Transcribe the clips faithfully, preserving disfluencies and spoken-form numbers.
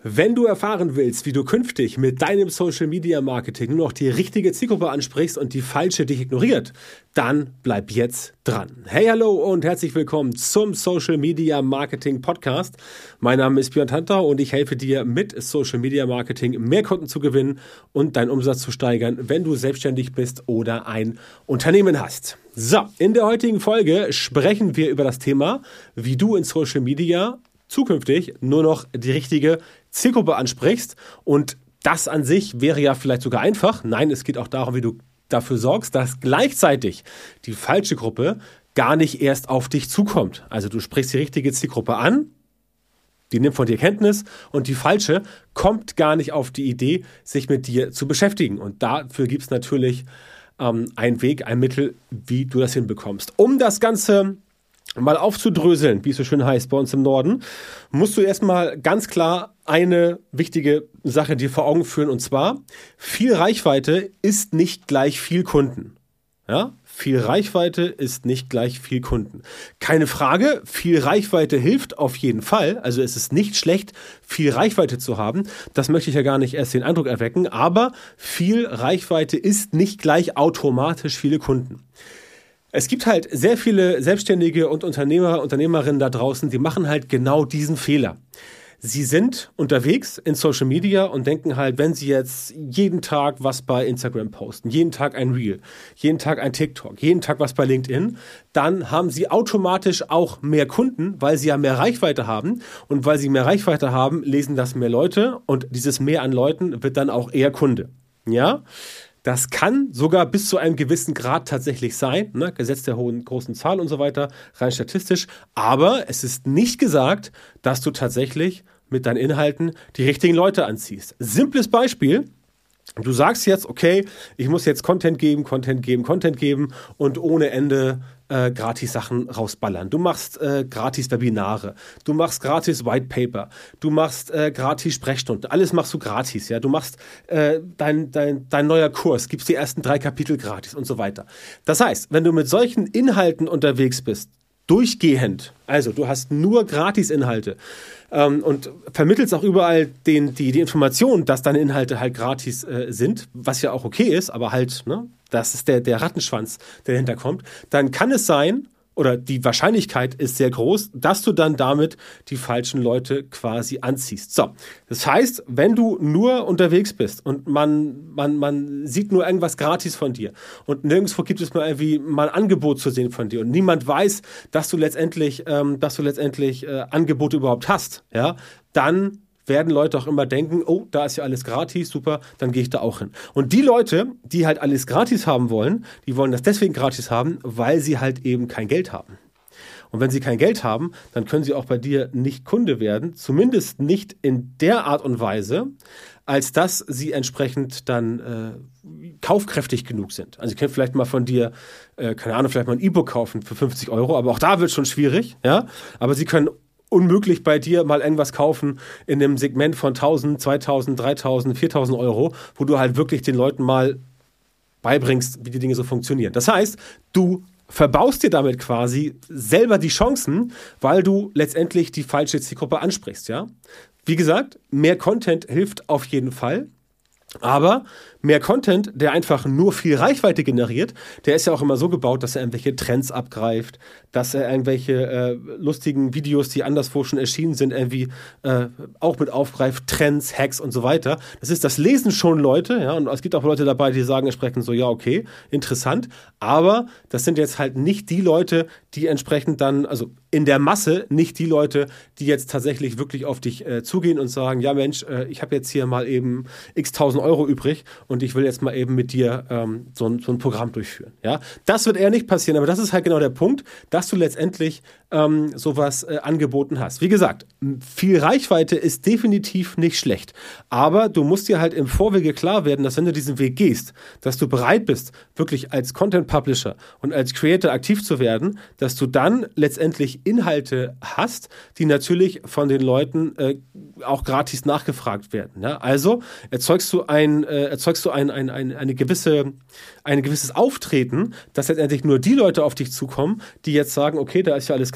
Wenn du erfahren willst, wie du künftig mit deinem Social Media Marketing nur noch die richtige Zielgruppe ansprichst und die falsche dich ignoriert, dann bleib jetzt dran. Hey, hallo und herzlich willkommen zum Social Media Marketing Podcast. Mein Name ist Björn Tanter und ich helfe dir mit Social Media Marketing mehr Kunden zu gewinnen und deinen Umsatz zu steigern, wenn du selbstständig bist oder ein Unternehmen hast. So, in der heutigen Folge sprechen wir über das Thema, wie du in Social Media zukünftig nur noch die richtige Zielgruppe ansprichst, und das an sich wäre ja vielleicht sogar einfach. Nein, es geht auch darum, wie du dafür sorgst, dass gleichzeitig die falsche Gruppe gar nicht erst auf dich zukommt. Also du sprichst die richtige Zielgruppe an, die nimmt von dir Kenntnis, und die falsche kommt gar nicht auf die Idee, sich mit dir zu beschäftigen. Und dafür gibt es natürlich ähm, einen Weg, ein Mittel, wie du das hinbekommst. Um das Ganze mal aufzudröseln, wie es so schön heißt bei uns im Norden, musst du erstmal ganz klar eine wichtige Sache dir vor Augen führen, und zwar: viel Reichweite ist nicht gleich viel Kunden. Ja? Viel Reichweite ist nicht gleich viel Kunden. Keine Frage, viel Reichweite hilft auf jeden Fall. Also es ist nicht schlecht, viel Reichweite zu haben. Das möchte ich ja gar nicht erst den Eindruck erwecken, aber viel Reichweite ist nicht gleich automatisch viele Kunden. Es gibt halt sehr viele Selbstständige und Unternehmer, Unternehmerinnen da draußen, die machen halt genau diesen Fehler. Sie sind unterwegs in Social Media und denken halt, wenn sie jetzt jeden Tag was bei Instagram posten, jeden Tag ein Reel, jeden Tag ein TikTok, jeden Tag was bei LinkedIn, dann haben sie automatisch auch mehr Kunden, weil sie ja mehr Reichweite haben. Und weil sie mehr Reichweite haben, lesen das mehr Leute, und dieses Mehr an Leuten wird dann auch eher Kunde. Ja? Das kann sogar bis zu einem gewissen Grad tatsächlich sein, ne? Gesetz der hohen großen Zahl und so weiter, rein statistisch. Aber es ist nicht gesagt, dass du tatsächlich mit deinen Inhalten die richtigen Leute anziehst. Simples Beispiel: Du sagst jetzt, okay, ich muss jetzt Content geben, Content geben, Content geben und ohne Ende äh, gratis Sachen rausballern. Du machst äh, gratis Webinare, du machst gratis White Paper, du machst äh, gratis Sprechstunden, alles machst du gratis, ja. Du machst äh, dein, dein, dein neuer Kurs, gibst die ersten drei Kapitel gratis und so weiter. Das heißt, wenn du mit solchen Inhalten unterwegs bist, durchgehend, also du hast nur Gratis-Inhalte ähm, und vermittelst auch überall den, die, die Information, dass deine Inhalte halt gratis äh, sind, was ja auch okay ist, aber halt, ne, das ist der, der Rattenschwanz, der dahinter kommt, dann kann es sein, oder die Wahrscheinlichkeit ist sehr groß, dass du dann damit die falschen Leute quasi anziehst. So, das heißt, wenn du nur unterwegs bist und man, man, man sieht nur irgendwas gratis von dir und nirgendwo gibt es mal irgendwie mal ein Angebot zu sehen von dir und niemand weiß, dass du letztendlich, ähm, dass du letztendlich äh, Angebote überhaupt hast, ja, dann werden Leute auch immer denken, oh, da ist ja alles gratis, super, dann gehe ich da auch hin. Und die Leute, die halt alles gratis haben wollen, die wollen das deswegen gratis haben, weil sie halt eben kein Geld haben. Und wenn sie kein Geld haben, dann können sie auch bei dir nicht Kunde werden, zumindest nicht in der Art und Weise, als dass sie entsprechend dann äh, kaufkräftig genug sind. Also sie können vielleicht mal von dir, äh, keine Ahnung, vielleicht mal ein E-Book kaufen für fünfzig Euro, aber auch da wird es schon schwierig, ja, aber sie können unmöglich bei dir mal irgendwas kaufen in einem Segment von tausend, zweitausend, dreitausend, viertausend Euro, wo du halt wirklich den Leuten mal beibringst, wie die Dinge so funktionieren. Das heißt, du verbaust dir damit quasi selber die Chancen, weil du letztendlich die falsche Zielgruppe ansprichst, ja? Wie gesagt, mehr Content hilft auf jeden Fall. Aber mehr Content, der einfach nur viel Reichweite generiert, der ist ja auch immer so gebaut, dass er irgendwelche Trends abgreift, dass er irgendwelche äh, lustigen Videos, die anderswo schon erschienen sind, irgendwie äh, auch mit aufgreift, Trends, Hacks und so weiter. Das ist, das lesen schon Leute, ja, und es gibt auch Leute dabei, die sagen entsprechend so, ja, okay, interessant, aber das sind jetzt halt nicht die Leute, die entsprechend dann, also in der Masse nicht die Leute, die jetzt tatsächlich wirklich auf dich äh, zugehen und sagen, ja Mensch, äh, ich habe jetzt hier mal eben x tausend Euro übrig und ich will jetzt mal eben mit dir ähm, so, ein, so ein Programm durchführen. Ja? Das wird eher nicht passieren, aber das ist halt genau der Punkt, dass du letztendlich ähm, sowas äh, angeboten hast. Wie gesagt, viel Reichweite ist definitiv nicht schlecht, aber du musst dir halt im Vorwege klar werden, dass wenn du diesen Weg gehst, dass du bereit bist, wirklich als Content Publisher und als Creator aktiv zu werden, dass du dann letztendlich Inhalte hast, die natürlich von den Leuten äh, auch gratis nachgefragt werden. Ja? Also erzeugst du ein, äh, erzeugst du ein, ein, ein, eine gewisse, ein gewisses Auftreten, dass letztendlich nur die Leute auf dich zukommen, die jetzt sagen, okay, da ist ja alles gratis,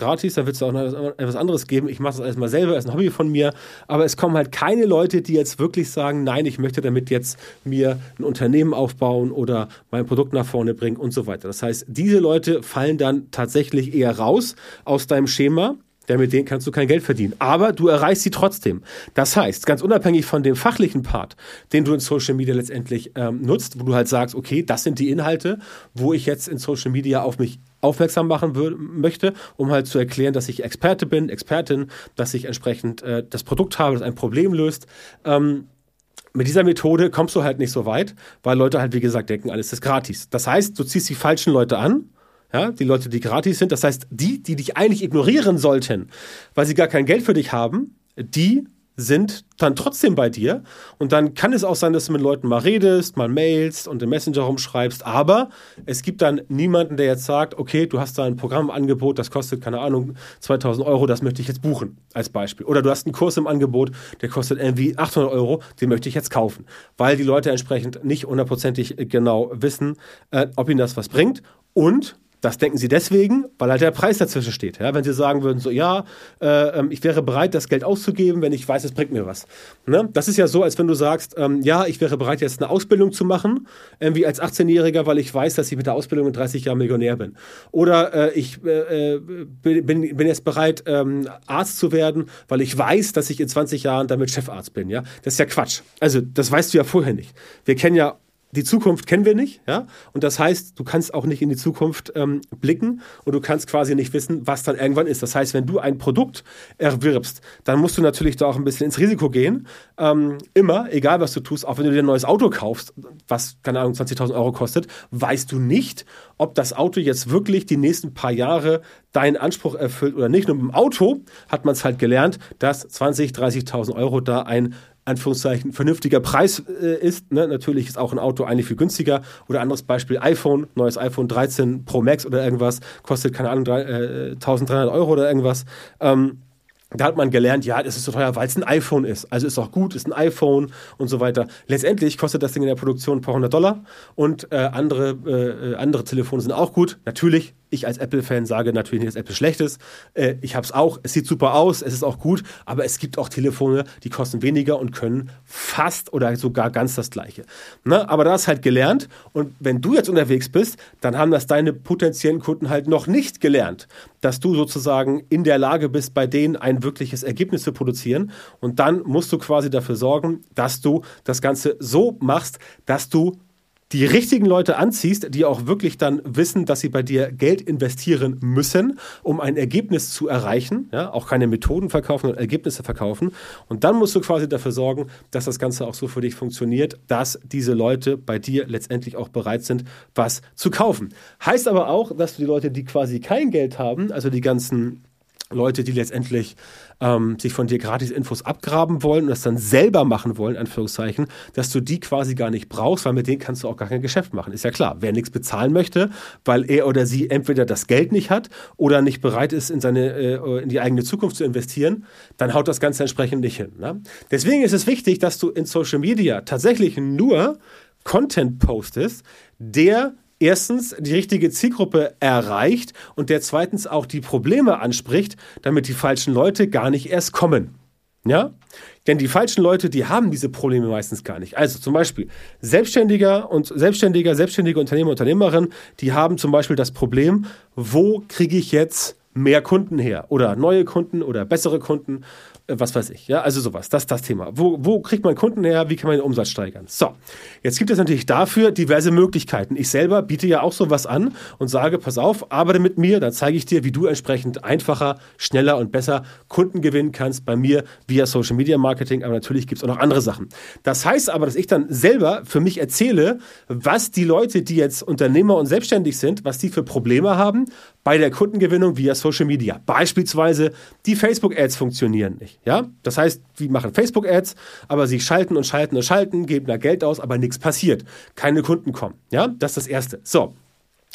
gratis, dann wird es auch noch etwas anderes geben. Ich mache das alles mal selber, ist ein Hobby von mir. Aber es kommen halt keine Leute, die jetzt wirklich sagen, nein, ich möchte damit jetzt mir ein Unternehmen aufbauen oder mein Produkt nach vorne bringen und so weiter. Das heißt, diese Leute fallen dann tatsächlich eher raus aus deinem Schema. Denn mit denen kannst du kein Geld verdienen. Aber du erreichst sie trotzdem. Das heißt, ganz unabhängig von dem fachlichen Part, den du in Social Media letztendlich ähm, nutzt, wo du halt sagst, okay, das sind die Inhalte, wo ich jetzt in Social Media auf mich aufmerksam machen wür- möchte, um halt zu erklären, dass ich Experte bin, Expertin, dass ich entsprechend äh, das Produkt habe, das ein Problem löst. Ähm, Mit dieser Methode kommst du halt nicht so weit, weil Leute halt, wie gesagt, denken, alles ist gratis. Das heißt, du ziehst die falschen Leute an, ja, die Leute, die gratis sind. Das heißt, die, die dich eigentlich ignorieren sollten, weil sie gar kein Geld für dich haben, die sind dann trotzdem bei dir. Und dann kann es auch sein, dass du mit Leuten mal redest, mal mailst und im Messenger rumschreibst. Aber es gibt dann niemanden, der jetzt sagt, okay, du hast da ein Programmangebot, das kostet, keine Ahnung, zweitausend Euro, das möchte ich jetzt buchen, als Beispiel. Oder du hast einen Kurs im Angebot, der kostet irgendwie achthundert Euro, den möchte ich jetzt kaufen. Weil die Leute entsprechend nicht hundertprozentig genau wissen, äh, ob ihnen das was bringt. Und das denken sie deswegen, weil halt der Preis dazwischen steht. Ja, wenn sie sagen würden, so ja, äh, ich wäre bereit, das Geld auszugeben, wenn ich weiß, es bringt mir was. Ne? Das ist ja so, als wenn du sagst, ähm, ja, ich wäre bereit, jetzt eine Ausbildung zu machen, irgendwie als achtzehnjähriger, weil ich weiß, dass ich mit der Ausbildung in dreißig Jahren Millionär bin. Oder äh, ich äh, bin, bin jetzt bereit, ähm, Arzt zu werden, weil ich weiß, dass ich in zwanzig Jahren damit Chefarzt bin. Ja? Das ist ja Quatsch. Also das weißt du ja vorher nicht. Wir kennen ja Die Zukunft kennen wir nicht, ja, und das heißt, du kannst auch nicht in die Zukunft ähm, blicken und du kannst quasi nicht wissen, was dann irgendwann ist. Das heißt, wenn du ein Produkt erwirbst, dann musst du natürlich da auch ein bisschen ins Risiko gehen. Ähm, immer, egal was du tust, auch wenn du dir ein neues Auto kaufst, was, keine Ahnung, zwanzigtausend Euro kostet, weißt du nicht, ob das Auto jetzt wirklich die nächsten paar Jahre deinen Anspruch erfüllt oder nicht. Und mit dem Auto hat man es halt gelernt, dass zwanzigtausend, dreißigtausend Euro da ein Anführungszeichen vernünftiger Preis äh, ist. Ne? Natürlich ist auch ein Auto eigentlich viel günstiger. Oder anderes Beispiel iPhone, neues iPhone dreizehn Pro Max oder irgendwas, kostet, keine Ahnung, drei, äh, eintausenddreihundert Euro oder irgendwas. Ähm, Da hat man gelernt, ja, das ist so teuer, weil es ein iPhone ist. Also ist auch gut, ist ein iPhone und so weiter. Letztendlich kostet das Ding in der Produktion ein paar hundert Dollar und äh, andere, äh, andere Telefone sind auch gut. Natürlich, ich als Apple-Fan sage natürlich nicht, dass Apple schlecht ist. Äh, ich habe es auch, es sieht super aus, es ist auch gut, aber es gibt auch Telefone, die kosten weniger und können fast oder sogar ganz das Gleiche. Ne? Aber da hast halt gelernt und wenn du jetzt unterwegs bist, dann haben das deine potenziellen Kunden halt noch nicht gelernt, dass du sozusagen in der Lage bist, bei denen ein wirkliches Ergebnis zu produzieren. Und dann musst du quasi dafür sorgen, dass du das Ganze so machst, dass du die richtigen Leute anziehst, die auch wirklich dann wissen, dass sie bei dir Geld investieren müssen, um ein Ergebnis zu erreichen. Ja, auch keine Methoden verkaufen, sondern Ergebnisse verkaufen. Und dann musst du quasi dafür sorgen, dass das Ganze auch so für dich funktioniert, dass diese Leute bei dir letztendlich auch bereit sind, was zu kaufen. Heißt aber auch, dass du die Leute, die quasi kein Geld haben, also die ganzen Leute, die letztendlich ähm, sich von dir gratis Infos abgraben wollen und das dann selber machen wollen, Anführungszeichen, dass du die quasi gar nicht brauchst, weil mit denen kannst du auch gar kein Geschäft machen. Ist ja klar, wer nichts bezahlen möchte, weil er oder sie entweder das Geld nicht hat oder nicht bereit ist, in, seine, äh, in die eigene Zukunft zu investieren, dann haut das Ganze entsprechend nicht hin. Ne? Deswegen ist es wichtig, dass du in Social Media tatsächlich nur Content postest, der erstens die richtige Zielgruppe erreicht und der zweitens auch die Probleme anspricht, damit die falschen Leute gar nicht erst kommen. Ja? Denn die falschen Leute, die haben diese Probleme meistens gar nicht. Also zum Beispiel Selbstständiger und Selbstständiger, selbstständige Unternehmer, Unternehmerin, die haben zum Beispiel das Problem, wo kriege ich jetzt mehr Kunden her oder neue Kunden oder bessere Kunden, was weiß ich, ja, also sowas, das ist das Thema. Wo, wo kriegt man Kunden her, wie kann man den Umsatz steigern? So, jetzt gibt es natürlich dafür diverse Möglichkeiten. Ich selber biete ja auch sowas an und sage, pass auf, arbeite mit mir, dann zeige ich dir, wie du entsprechend einfacher, schneller und besser Kunden gewinnen kannst bei mir via Social Media Marketing, aber natürlich gibt es auch noch andere Sachen. Das heißt aber, dass ich dann selber für mich erzähle, was die Leute, die jetzt Unternehmer und selbstständig sind, was die für Probleme haben bei der Kundengewinnung via Social Media. Beispielsweise die Facebook-Ads funktionieren nicht. Ja? Das heißt, wir machen Facebook-Ads, aber sie schalten und schalten und schalten, geben da Geld aus, aber nichts passiert. Keine Kunden kommen. Ja? Das ist das Erste. So.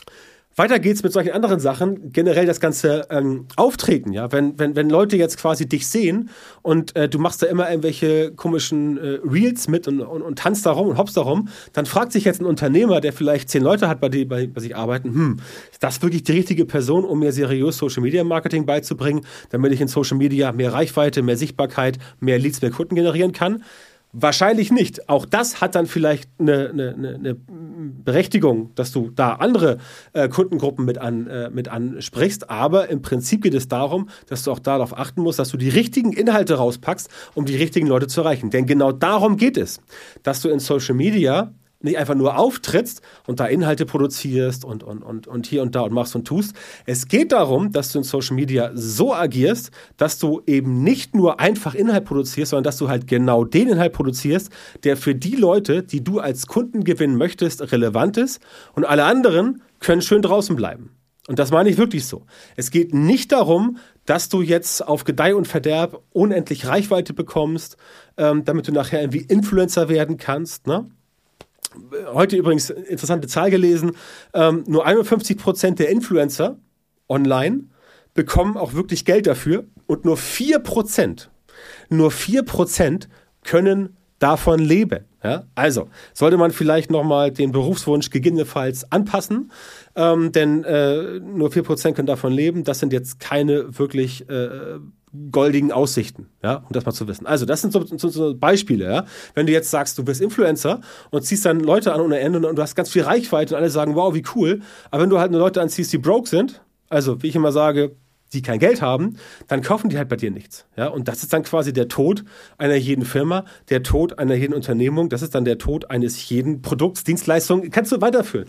Weiter geht's mit solchen anderen Sachen, generell das ganze ähm, Auftreten, ja, wenn, wenn, wenn Leute jetzt quasi dich sehen und äh, du machst da immer irgendwelche komischen äh, Reels mit und, und, und tanzt da rum und hoppst da rum, dann fragt sich jetzt ein Unternehmer, der vielleicht zehn Leute hat, bei, die, bei, bei sich arbeiten, hm, ist das wirklich die richtige Person, um mir seriös Social Media Marketing beizubringen, damit ich in Social Media mehr Reichweite, mehr Sichtbarkeit, mehr Leads, mehr Kunden generieren kann? Wahrscheinlich nicht. Auch das hat dann vielleicht eine, eine, eine Berechtigung, dass du da andere äh, Kundengruppen mit, an, äh, mit ansprichst. Aber im Prinzip geht es darum, dass du auch darauf achten musst, dass du die richtigen Inhalte rauspackst, um die richtigen Leute zu erreichen. Denn genau darum geht es, dass du in Social Media nicht einfach nur auftrittst und da Inhalte produzierst und, und, und, und hier und da und machst und tust. Es geht darum, dass du in Social Media so agierst, dass du eben nicht nur einfach Inhalt produzierst, sondern dass du halt genau den Inhalt produzierst, der für die Leute, die du als Kunden gewinnen möchtest, relevant ist, und alle anderen können schön draußen bleiben. Und das meine ich wirklich so. Es geht nicht darum, dass du jetzt auf Gedeih und Verderb unendlich Reichweite bekommst, ähm, damit du nachher irgendwie Influencer werden kannst, ne? Heute übrigens interessante Zahl gelesen, ähm, nur einundfünfzig Prozent der Influencer online bekommen auch wirklich Geld dafür und nur vier Prozent, nur vier Prozent können davon leben. Ja? Also sollte man vielleicht nochmal den Berufswunsch gegebenenfalls anpassen, ähm, denn äh, nur vier Prozent können davon leben. Das sind jetzt keine wirklich äh, goldigen Aussichten, ja, um das mal zu wissen. Also das sind so, so, so Beispiele, ja. Wenn du jetzt sagst, du bist Influencer und ziehst dann Leute an ohne Ende und du hast ganz viel Reichweite und alle sagen, wow, wie cool, aber wenn du halt nur Leute anziehst, die broke sind, also wie ich immer sage, die kein Geld haben, dann kaufen die halt bei dir nichts. Ja? Und das ist dann quasi der Tod einer jeden Firma, der Tod einer jeden Unternehmung, das ist dann der Tod eines jeden Produkts, Dienstleistung, kannst du weiterführen.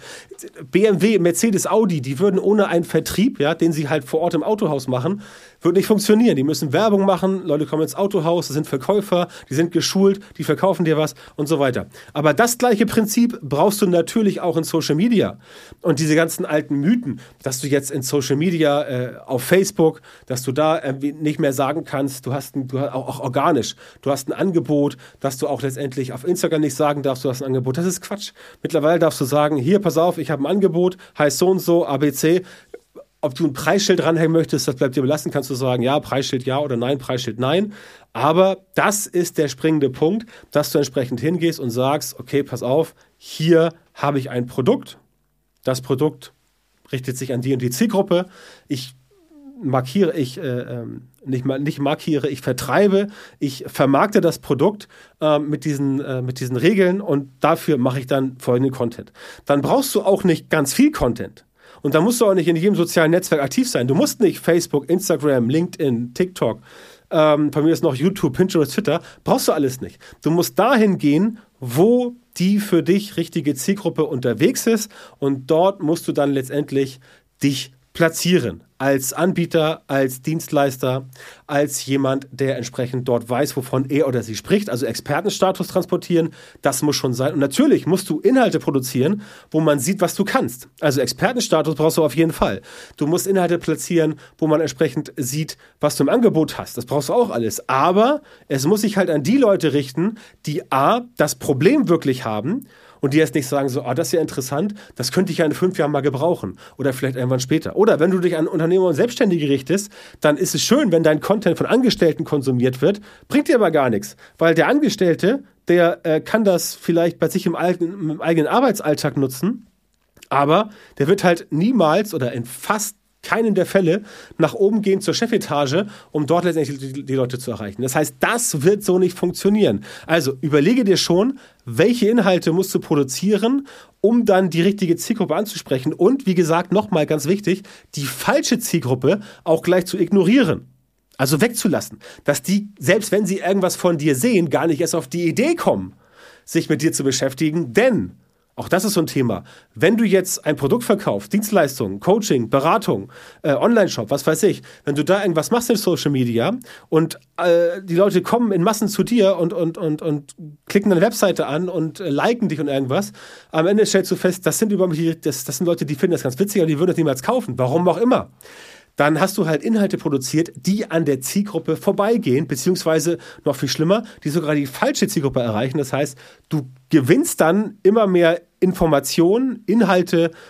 B M W, Mercedes, Audi, die würden ohne einen Vertrieb, ja, den sie halt vor Ort im Autohaus machen, würde nicht funktionieren. Die müssen Werbung machen, Leute kommen ins Autohaus, das sind Verkäufer, die sind geschult, die verkaufen dir was und so weiter. Aber das gleiche Prinzip brauchst du natürlich auch in Social Media. Und diese ganzen alten Mythen, dass du jetzt in Social Media äh, auf Facebook Facebook, dass du da irgendwie nicht mehr sagen kannst, du hast, ein, du hast auch, auch organisch, du hast ein Angebot, dass du auch letztendlich auf Instagram nicht sagen darfst, du hast ein Angebot. Das ist Quatsch. Mittlerweile darfst du sagen, hier, pass auf, ich habe ein Angebot, heißt so und so, A B C. Ob du ein Preisschild ranhängen möchtest, das bleibt dir belassen, kannst du sagen, ja, Preisschild ja oder nein, Preisschild nein. Aber das ist der springende Punkt, dass du entsprechend hingehst und sagst, okay, pass auf, hier habe ich ein Produkt. Das Produkt richtet sich an die und die Zielgruppe. Ich markiere, ich äh, nicht, nicht markiere, ich vertreibe, ich vermarkte das Produkt äh, mit, diesen, äh, mit diesen Regeln und dafür mache ich dann folgenden Content. Dann brauchst du auch nicht ganz viel Content. Und da musst du auch nicht in jedem sozialen Netzwerk aktiv sein. Du musst nicht Facebook, Instagram, LinkedIn, TikTok, ähm, bei mir ist noch YouTube, Pinterest, Twitter, brauchst du alles nicht. Du musst dahin gehen, wo die für dich richtige Zielgruppe unterwegs ist und dort musst du dann letztendlich dich platzieren. Als Anbieter, als Dienstleister, als jemand, der entsprechend dort weiß, wovon er oder sie spricht, also Expertenstatus transportieren, das muss schon sein. Und natürlich musst du Inhalte produzieren, wo man sieht, was du kannst. Also Expertenstatus brauchst du auf jeden Fall. Du musst Inhalte platzieren, wo man entsprechend sieht, was du im Angebot hast. Das brauchst du auch alles. Aber es muss sich halt an die Leute richten, die A, das Problem wirklich haben, und die jetzt nicht sagen so, ah, das ist ja interessant, das könnte ich ja in fünf Jahren mal gebrauchen oder vielleicht irgendwann später. Oder wenn du dich an Unternehmer und Selbstständige richtest, dann ist es schön, wenn dein Content von Angestellten konsumiert wird, bringt dir aber gar nichts, weil der Angestellte, der äh, kann das vielleicht bei sich im, eigenen, im eigenen Arbeitsalltag nutzen, aber der wird halt niemals oder in fast keinen der Fälle nach oben gehen zur Chefetage, um dort letztendlich die, die Leute zu erreichen. Das heißt, das wird so nicht funktionieren. Also überlege dir schon, welche Inhalte musst du produzieren, um dann die richtige Zielgruppe anzusprechen und, wie gesagt, nochmal ganz wichtig, die falsche Zielgruppe auch gleich zu ignorieren. Also wegzulassen, dass die, selbst wenn sie irgendwas von dir sehen, gar nicht erst auf die Idee kommen, sich mit dir zu beschäftigen, denn auch das ist so ein Thema. Wenn du jetzt ein Produkt verkaufst, Dienstleistungen, Coaching, Beratung, äh, Online-Shop, was weiß ich, wenn du da irgendwas machst in Social Media und äh, die Leute kommen in Massen zu dir und, und, und, und klicken deine Webseite an und äh, liken dich und irgendwas, am Ende stellst du fest, das sind überhaupt die, das, das sind Leute, die finden das ganz witzig, aber die würden das niemals kaufen. Warum auch immer. Dann hast du halt Inhalte produziert, die an der Zielgruppe vorbeigehen, beziehungsweise noch viel schlimmer, die sogar die falsche Zielgruppe erreichen. Das heißt, du gewinnst dann immer mehr Informationen, Inhalte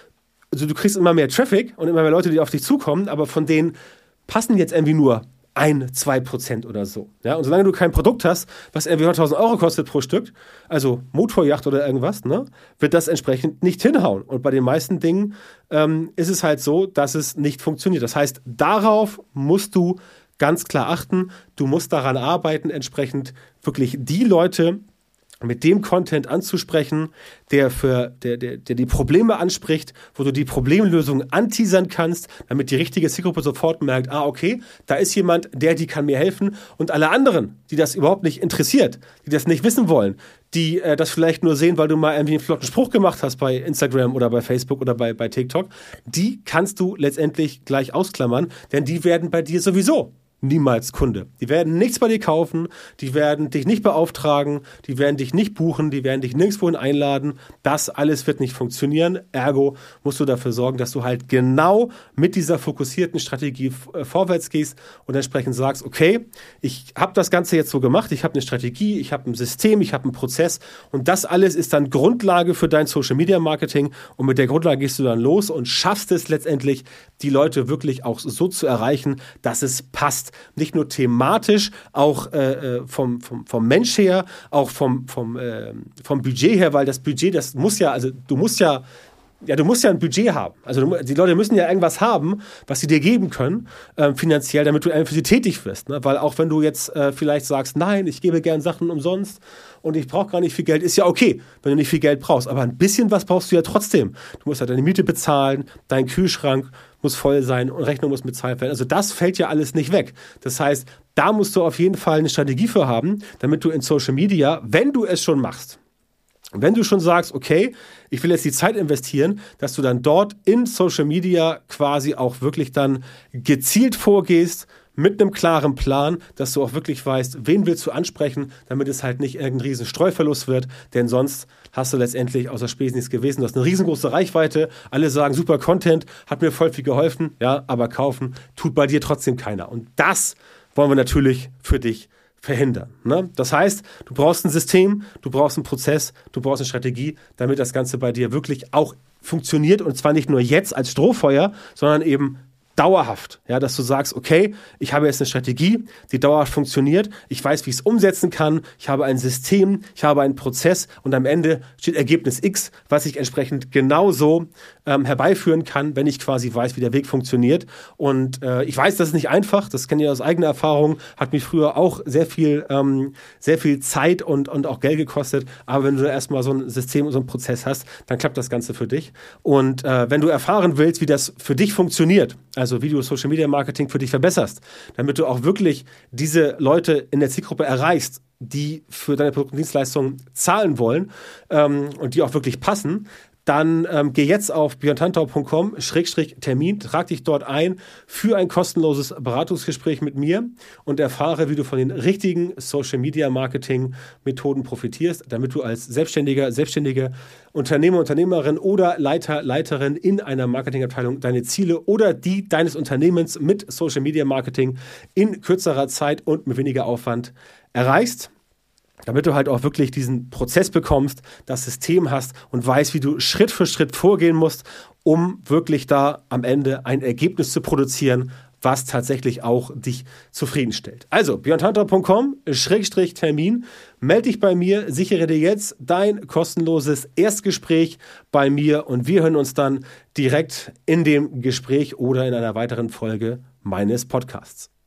also du kriegst immer mehr Traffic und immer mehr Leute, die auf dich zukommen, aber von denen passen jetzt irgendwie nur ein, zwei Prozent oder so. Ja? Und solange du kein Produkt hast, was irgendwie hunderttausend Euro kostet pro Stück, also Motorjacht oder irgendwas, ne, wird das entsprechend nicht hinhauen. Und bei den meisten Dingen ähm, ist es halt so, dass es nicht funktioniert. Das heißt, darauf musst du ganz klar achten. Du musst daran arbeiten, entsprechend wirklich die Leute mit dem Content anzusprechen, der für der, der, der die Probleme anspricht, wo du die Problemlösung anteasern kannst, damit die richtige Zielgruppe sofort merkt, ah, okay, da ist jemand, der, die kann mir helfen. Und alle anderen, die das überhaupt nicht interessiert, die das nicht wissen wollen, die äh, das vielleicht nur sehen, weil du mal irgendwie einen flotten Spruch gemacht hast bei Instagram oder bei Facebook oder bei, bei TikTok, die kannst du letztendlich gleich ausklammern, denn die werden bei dir sowieso niemals Kunde. Die werden nichts bei dir kaufen, die werden dich nicht beauftragen, die werden dich nicht buchen, die werden dich nirgendwohin einladen. Das alles wird nicht funktionieren. Ergo musst du dafür sorgen, dass du halt genau mit dieser fokussierten Strategie äh, vorwärts gehst und entsprechend sagst, okay, ich habe das Ganze jetzt so gemacht, ich habe eine Strategie, ich habe ein System, ich habe einen Prozess und das alles ist dann Grundlage für dein Social Media Marketing und mit der Grundlage gehst du dann los und schaffst es letztendlich, die Leute wirklich auch so zu erreichen, dass es passt. Nicht nur thematisch, auch äh, vom, vom, vom Mensch her, auch vom, vom, äh, vom Budget her, weil das Budget, das muss ja, also du musst ja, ja, du musst ja ein Budget haben. Also du, die Leute müssen ja irgendwas haben, was sie dir geben können, äh, finanziell, damit du für sie tätig wirst. Ne? Weil auch wenn du jetzt äh, vielleicht sagst, nein, ich gebe gern Sachen umsonst und ich brauche gar nicht viel Geld, ist ja okay, wenn du nicht viel Geld brauchst. Aber ein bisschen was brauchst du ja trotzdem. Du musst ja deine Miete bezahlen, dein Kühlschrank muss voll sein und Rechnung muss bezahlt werden. Also das fällt ja alles nicht weg. Das heißt, da musst du auf jeden Fall eine Strategie für haben, damit du in Social Media, wenn du es schon machst, wenn du schon sagst, okay, ich will jetzt die Zeit investieren, dass du dann dort in Social Media quasi auch wirklich dann gezielt vorgehst, mit einem klaren Plan, dass du auch wirklich weißt, wen willst du ansprechen, damit es halt nicht irgendein riesen Streuverlust wird, denn sonst hast du letztendlich außer Spesen nichts gewesen. Du hast eine riesengroße Reichweite, alle sagen, super Content, hat mir voll viel geholfen, ja, aber kaufen tut bei dir trotzdem keiner. Und das wollen wir natürlich für dich verhindern. Ne? Das heißt, du brauchst ein System, du brauchst einen Prozess, du brauchst eine Strategie, damit das Ganze bei dir wirklich auch funktioniert und zwar nicht nur jetzt als Strohfeuer, sondern eben dauerhaft, ja, dass du sagst, okay, ich habe jetzt eine Strategie, die dauerhaft funktioniert, ich weiß, wie ich es umsetzen kann, ich habe ein System, ich habe einen Prozess und am Ende steht Ergebnis X, was ich entsprechend genauso ähm, herbeiführen kann, wenn ich quasi weiß, wie der Weg funktioniert. Und äh, ich weiß, das ist nicht einfach, das kenne ich aus eigener Erfahrung, hat mich früher auch sehr viel, ähm, sehr viel Zeit und, und auch Geld gekostet, aber wenn du erstmal so ein System und so einen Prozess hast, dann klappt das Ganze für dich. Und äh, wenn du erfahren willst, wie das für dich funktioniert, also wie du Social Media Marketing für dich verbesserst, damit du auch wirklich diese Leute in der Zielgruppe erreichst, die für deine Produkte und Dienstleistungen zahlen wollen ähm, und die auch wirklich passen, dann ähm, geh jetzt auf björn tantau punkt com Schrägstrich Termin, trag dich dort ein für ein kostenloses Beratungsgespräch mit mir und erfahre, wie du von den richtigen Social Media Marketing Methoden profitierst, damit du als Selbstständiger, Selbstständige, Unternehmer, Unternehmerin oder Leiter, Leiterin in einer Marketingabteilung deine Ziele oder die deines Unternehmens mit Social Media Marketing in kürzerer Zeit und mit weniger Aufwand erreichst. Damit du halt auch wirklich diesen Prozess bekommst, das System hast und weißt, wie du Schritt für Schritt vorgehen musst, um wirklich da am Ende ein Ergebnis zu produzieren, was tatsächlich auch dich zufriedenstellt. Also, björn tantau punkt com Schrägstrich Termin, melde dich bei mir, sichere dir jetzt dein kostenloses Erstgespräch bei mir und wir hören uns dann direkt in dem Gespräch oder in einer weiteren Folge meines Podcasts.